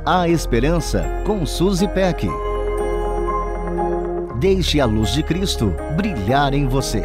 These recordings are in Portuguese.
A Esperança, com Suzy Peck. Deixe a luz de Cristo brilhar em você.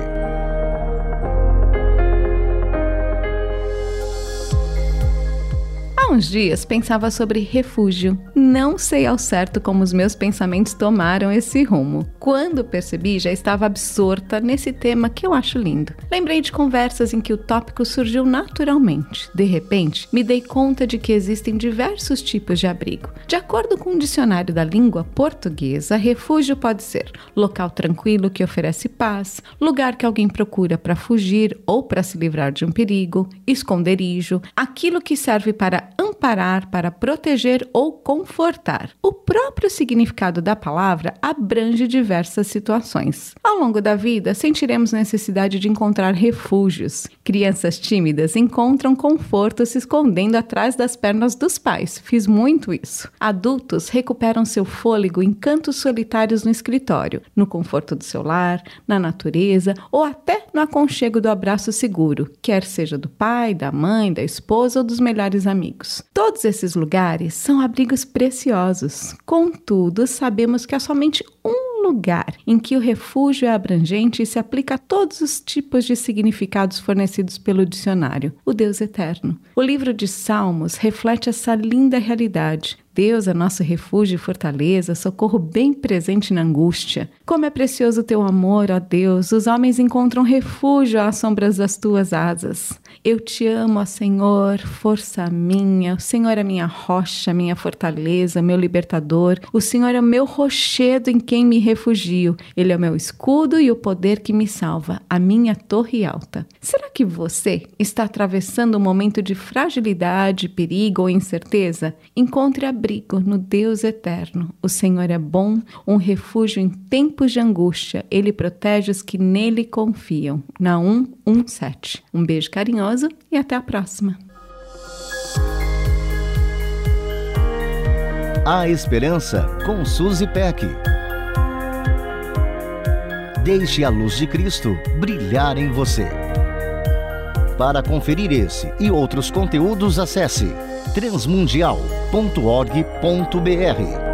Há uns dias pensava sobre refúgio. Não sei ao certo como os meus pensamentos tomaram esse rumo. Quando percebi, já estava absorta nesse tema que eu acho lindo. Lembrei de conversas em que o tópico surgiu naturalmente. De repente, me dei conta de que existem diversos tipos de abrigo. De acordo com o dicionário da língua portuguesa, refúgio pode ser local tranquilo que oferece paz, lugar que alguém procura para fugir ou para se livrar de um perigo, esconderijo, aquilo que serve para amparar, para proteger ou confortar. O próprio significado da palavra abrange diversas situações. Ao longo da vida, sentiremos necessidade de encontrar refúgios. Crianças tímidas encontram conforto se escondendo atrás das pernas dos pais. Fiz muito isso. Adultos recuperam seu fôlego em cantos solitários no escritório, no conforto do seu lar, na natureza ou até no aconchego do abraço seguro, quer seja do pai, da mãe, da esposa ou dos melhores amigos. Todos esses lugares são abrigos preciosos. Contudo, sabemos que há somente um lugar em que o refúgio é abrangente e se aplica a todos os tipos de significados fornecidos pelo dicionário: o Deus eterno. O livro de Salmos reflete essa linda realidade. Deus é nosso refúgio e fortaleza, socorro bem presente na angústia. Como é precioso teu amor, ó Deus, os homens encontram refúgio às sombras das tuas asas. Eu te amo, ó Senhor, força minha, o Senhor é minha rocha, minha fortaleza, meu libertador, o Senhor é o meu rochedo em quem me refugio, Ele é o meu escudo e o poder que me salva, a minha torre alta. Será que você está atravessando um momento de fragilidade, perigo ou incerteza? Encontre abrigo no Deus eterno. O Senhor é bom, um refúgio em tempos de angústia. Ele protege os que nele confiam. Naum 1:7. Um beijo carinhoso e até a próxima. A Esperança, com Suzy Peck. Deixe a luz de Cristo brilhar em você. Para conferir esse e outros conteúdos, acesse transmundial.org.br.